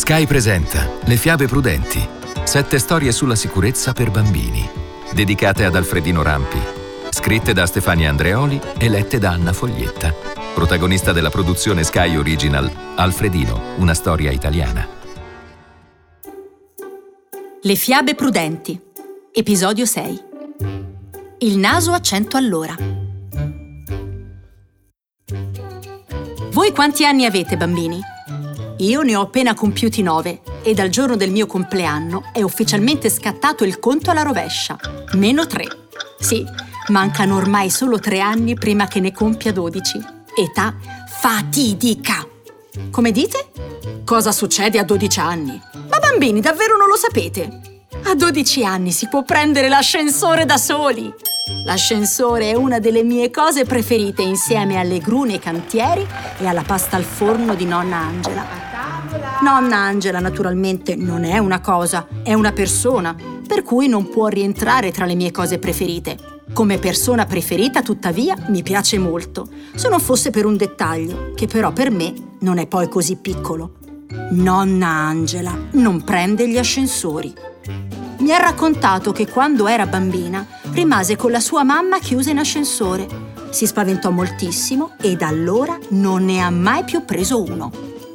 Sky presenta Le fiabe prudenti, 7 storie sulla sicurezza per bambini, dedicate ad Alfredino Rampi, scritte da Stefania Andreoli e lette da Anna Foglietta. Protagonista della produzione Sky Original, Alfredino, una storia italiana. Le fiabe prudenti, episodio 6. Il naso a 100 all'ora. Voi quanti anni avete, bambini? Io ne ho appena compiuti 9 e dal giorno del mio compleanno è ufficialmente scattato il conto alla rovescia. -3. Sì, mancano ormai solo 3 anni prima che ne compia 12. Età fatidica. Come dite? Cosa succede a 12 anni? Ma bambini, davvero non lo sapete? A 12 anni si può prendere l'ascensore da soli. L'ascensore è una delle mie cose preferite insieme alle gru nei cantieri e alla pasta al forno di nonna Angela. Nonna Angela naturalmente non è una cosa, è una persona, per cui non può rientrare tra le mie cose preferite. Come persona preferita, tuttavia, mi piace molto, se non fosse per un dettaglio, che però per me non è poi così piccolo. Nonna Angela non prende gli ascensori. Mi ha raccontato che quando era bambina rimase con la sua mamma chiusa in ascensore. Si spaventò moltissimo e da allora non ne ha mai più preso uno.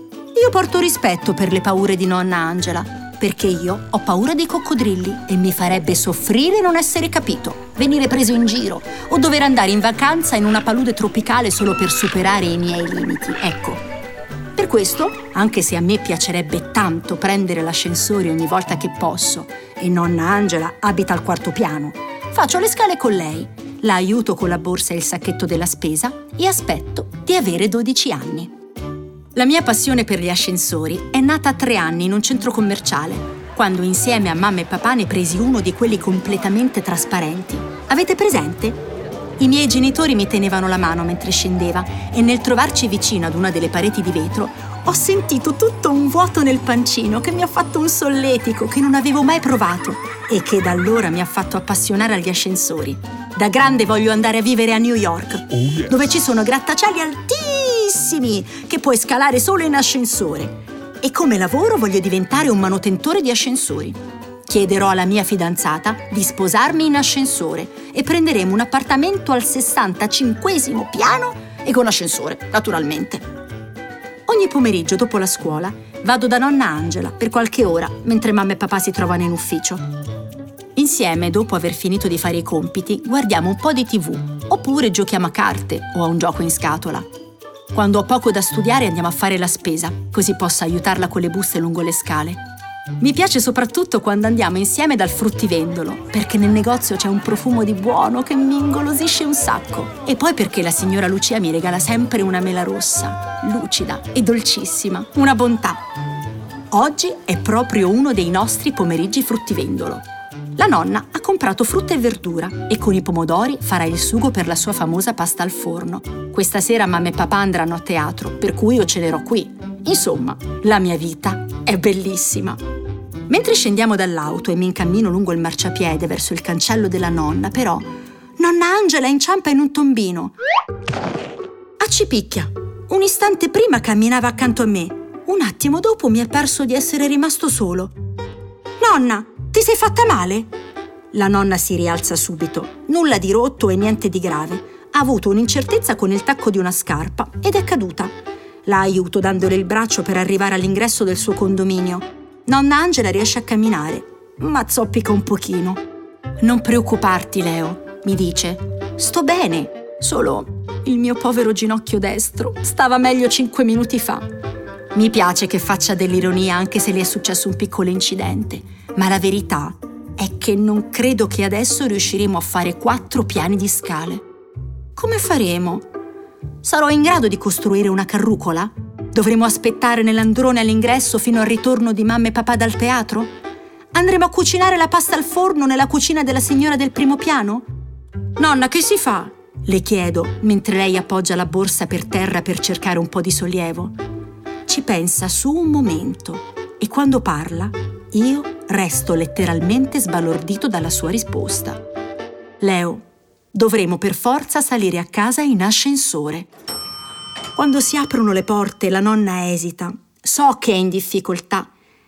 Io porto rispetto per le paure di nonna Angela, perché io ho paura dei coccodrilli e mi farebbe soffrire non essere capito, venire preso in giro o dover andare in vacanza in una palude tropicale solo per superare i miei limiti. Ecco. Per questo, anche se a me piacerebbe tanto prendere l'ascensore ogni volta che posso e nonna Angela abita al 4º piano, faccio le scale con lei, la aiuto con la borsa e il sacchetto della spesa e aspetto di avere 12 anni. La mia passione per gli ascensori è nata a 3 anni in un centro commerciale, quando insieme a mamma e papà ne presi uno di quelli completamente trasparenti. Avete presente? I miei genitori mi tenevano la mano mentre scendeva e nel trovarci vicino ad una delle pareti di vetro ho sentito tutto un vuoto nel pancino che mi ha fatto un solletico che non avevo mai provato e che da allora mi ha fatto appassionare agli ascensori. Da grande voglio andare a vivere a New York, dove ci sono grattacieli altissimi che puoi scalare solo in ascensore. E come lavoro voglio diventare un manutentore di ascensori. Chiederò alla mia fidanzata di sposarmi in ascensore e prenderemo un appartamento al 65° piano e con ascensore, naturalmente. Ogni pomeriggio dopo la scuola vado da nonna Angela per qualche ora mentre mamma e papà si trovano in ufficio. Insieme, dopo aver finito di fare i compiti, guardiamo un po' di TV oppure giochiamo a carte o a un gioco in scatola. Quando ho poco da studiare andiamo a fare la spesa, così posso aiutarla con le buste lungo le scale. Mi piace soprattutto quando andiamo insieme dal fruttivendolo, perché nel negozio c'è un profumo di buono che mi ingolosisce un sacco. E poi perché la signora Lucia mi regala sempre una mela rossa, lucida e dolcissima, una bontà. Oggi è proprio uno dei nostri pomeriggi fruttivendolo. La nonna ha comprato frutta e verdura e con i pomodori farà il sugo per la sua famosa pasta al forno. Questa sera mamma e papà andranno a teatro, per cui io cenerò qui. Insomma, la mia vita è bellissima. Mentre scendiamo dall'auto e mi incammino lungo il marciapiede verso il cancello della nonna, però, nonna Angela inciampa in un tombino. Accipicchia. Un istante prima camminava accanto a me. Un attimo dopo mi è parso di essere rimasto solo. Nonna, ti sei fatta male? La nonna si rialza subito. Nulla di rotto e niente di grave. Ha avuto un'incertezza con il tacco di una scarpa ed è caduta. La aiuto dandole il braccio per arrivare all'ingresso del suo condominio. Nonna Angela riesce a camminare, ma zoppica un pochino. Non preoccuparti, Leo, mi dice. Sto bene, solo il mio povero ginocchio destro stava meglio 5 minuti fa. Mi piace che faccia dell'ironia anche se le è successo un piccolo incidente, ma la verità è che non credo che adesso riusciremo a fare 4 piani di scale. Come faremo? Sarò in grado di costruire una carrucola? Dovremo aspettare nell'androne all'ingresso fino al ritorno di mamma e papà dal teatro? Andremo a cucinare la pasta al forno nella cucina della signora del 1° piano? Nonna, che si fa? Le chiedo, mentre lei appoggia la borsa per terra per cercare un po' di sollievo. Ci pensa su un momento e quando parla, io resto letteralmente sbalordito dalla sua risposta. Leo, dovremo per forza salire a casa in ascensore. Quando si aprono le porte, la nonna esita. So che è in difficoltà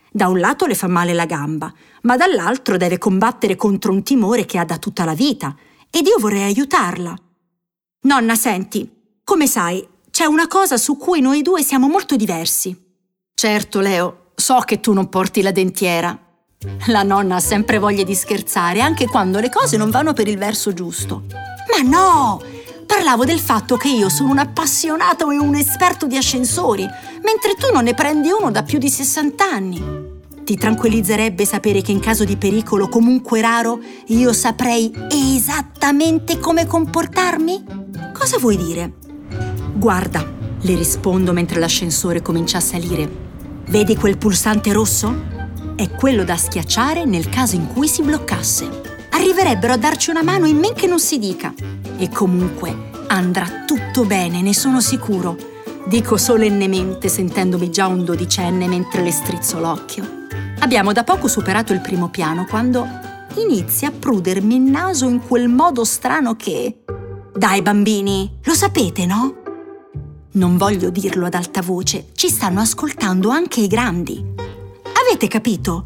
Da un lato le fa male la gamba, ma dall'altro deve combattere contro un timore che ha da tutta la vita. Ed io vorrei aiutarla. Nonna, senti, come sai, c'è una cosa su cui noi due siamo molto diversi. Certo, Leo, so che tu non porti la dentiera. La nonna ha sempre voglia di scherzare, anche quando le cose non vanno per il verso giusto. Ma no! Parlavo del fatto che io sono un appassionato e un esperto di ascensori, mentre tu non ne prendi uno da più di 60 anni. Ti tranquillizzerebbe sapere che in caso di pericolo comunque raro io saprei esattamente come comportarmi? Cosa vuoi dire? Guarda, le rispondo mentre l'ascensore comincia a salire. Vedi quel pulsante rosso? È quello da schiacciare nel caso in cui si bloccasse. Arriverebbero a darci una mano in men che non si dica. E comunque andrà tutto bene, ne sono sicuro. Dico solennemente sentendomi già un dodicenne mentre le strizzo l'occhio. Abbiamo da poco superato il primo piano quando inizia a prudermi il naso in quel modo strano che... Dai bambini, lo sapete, no? Non voglio dirlo ad alta voce, ci stanno ascoltando anche i grandi. Avete capito?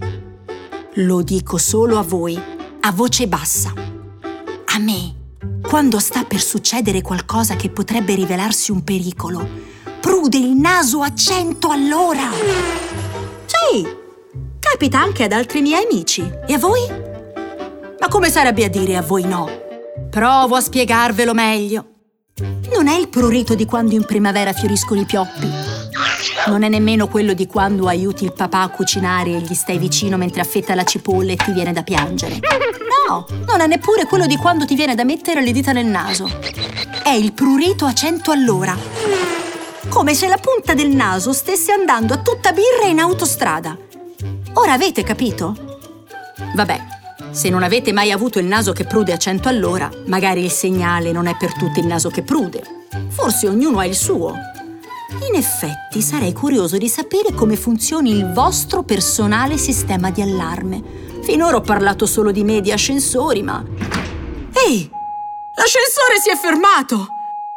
Lo dico solo a voi, a voce bassa. A me, quando sta per succedere qualcosa che potrebbe rivelarsi un pericolo, prude il naso a 100 all'ora. Sì, capita anche ad altri miei amici. E a voi? Ma come sarebbe a dire a voi no? Provo a spiegarvelo meglio. Non è il prurito di quando in primavera fioriscono i pioppi. Non è nemmeno quello di quando aiuti il papà a cucinare e gli stai vicino mentre affetta la cipolla e ti viene da piangere. No, non è neppure quello di quando ti viene da mettere le dita nel naso. È il prurito a 100 all'ora. Come se la punta del naso stesse andando a tutta birra in autostrada. Ora avete capito? Vabbè, se non avete mai avuto il naso che prude a 100 all'ora, magari il segnale non è per tutti il naso che prude. Forse ognuno ha il suo. In effetti, sarei curioso di sapere come funzioni il vostro personale sistema di allarme. Finora ho parlato solo di me e di ascensori, ma... Ehi! L'ascensore si è fermato!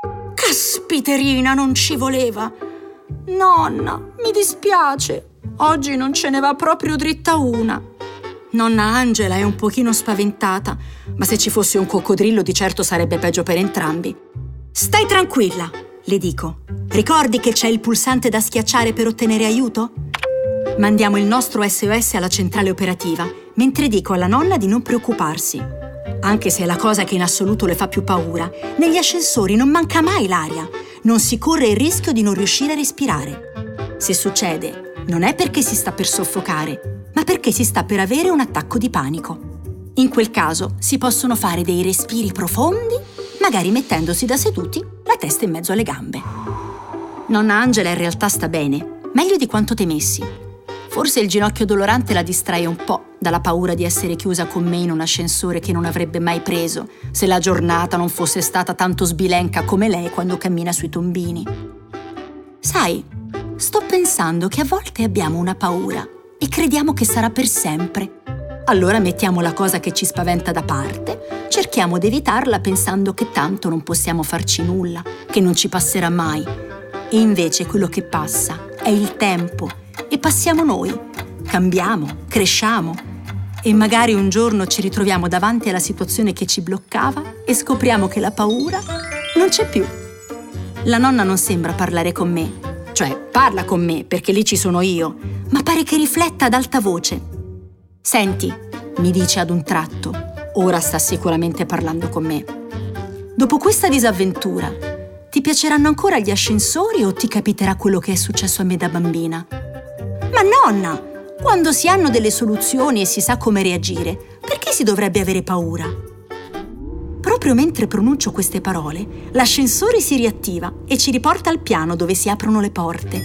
Caspiterina, non ci voleva! Nonna, mi dispiace. Oggi non ce ne va proprio dritta una. Nonna Angela è un pochino spaventata, ma se ci fosse un coccodrillo di certo sarebbe peggio per entrambi. Stai tranquilla, le dico. Ricordi che c'è il pulsante da schiacciare per ottenere aiuto? Mandiamo il nostro SOS alla centrale operativa, mentre dico alla nonna di non preoccuparsi. Anche se è la cosa che in assoluto le fa più paura, negli ascensori non manca mai l'aria. Non si corre il rischio di non riuscire a respirare. Se succede, non è perché si sta per soffocare, ma perché si sta per avere un attacco di panico. In quel caso si possono fare dei respiri profondi, magari mettendosi da seduti, la testa in mezzo alle gambe. Nonna Angela in realtà sta bene, meglio di quanto temessi. Forse il ginocchio dolorante la distrae un po' dalla paura di essere chiusa con me in un ascensore che non avrebbe mai preso se la giornata non fosse stata tanto sbilenca come lei quando cammina sui tombini. Sai, sto pensando che a volte abbiamo una paura e crediamo che sarà per sempre. Allora mettiamo la cosa che ci spaventa da parte, cerchiamo di evitarla pensando che tanto non possiamo farci nulla, che non ci passerà mai. E invece quello che passa è il tempo e passiamo noi. Cambiamo, cresciamo e magari un giorno ci ritroviamo davanti alla situazione che ci bloccava e scopriamo che la paura non c'è più. La nonna non sembra parlare con me. Cioè, parla con me, perché lì ci sono io, ma pare che rifletta ad alta voce. Senti, mi dice ad un tratto, ora sta sicuramente parlando con me. Dopo questa disavventura, ti piaceranno ancora gli ascensori o ti capiterà quello che è successo a me da bambina? Ma nonna, quando si hanno delle soluzioni e si sa come reagire, perché si dovrebbe avere paura? Proprio mentre pronuncio queste parole, l'ascensore si riattiva e ci riporta al piano dove si aprono le porte.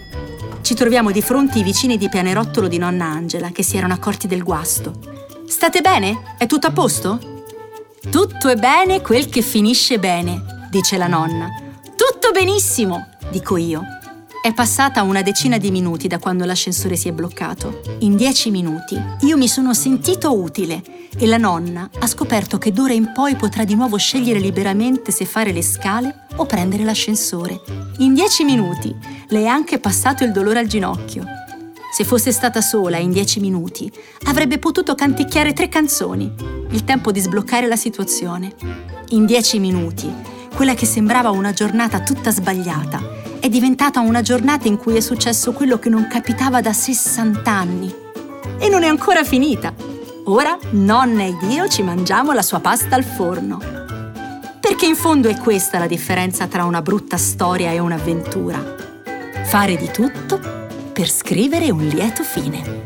Ci troviamo di fronte i vicini di pianerottolo di nonna Angela che si erano accorti del guasto. State bene? È tutto a posto? Tutto è bene quel che finisce bene, dice la nonna. Tutto benissimo, dico io. È passata una decina di minuti da quando l'ascensore si è bloccato. In 10 minuti io mi sono sentito utile e la nonna ha scoperto che d'ora in poi potrà di nuovo scegliere liberamente se fare le scale o prendere l'ascensore. In 10 minuti le è anche passato il dolore al ginocchio. Se fosse stata sola in 10 minuti, avrebbe potuto canticchiare 3 canzoni, il tempo di sbloccare la situazione. In 10 minuti, quella che sembrava una giornata tutta sbagliata è diventata una giornata in cui è successo quello che non capitava da 60 anni. E non è ancora finita. Ora nonna ed io ci mangiamo la sua pasta al forno. Perché in fondo è questa la differenza tra una brutta storia e un'avventura. Fare di tutto per scrivere un lieto fine.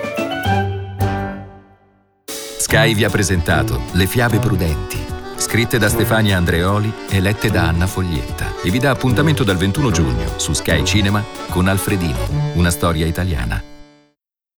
Sky vi ha presentato Le fiabe prudenti, scritte da Stefania Andreoli e lette da Anna Foglietta, e vi dà appuntamento dal 21 giugno su Sky Cinema con Alfredino, una storia italiana.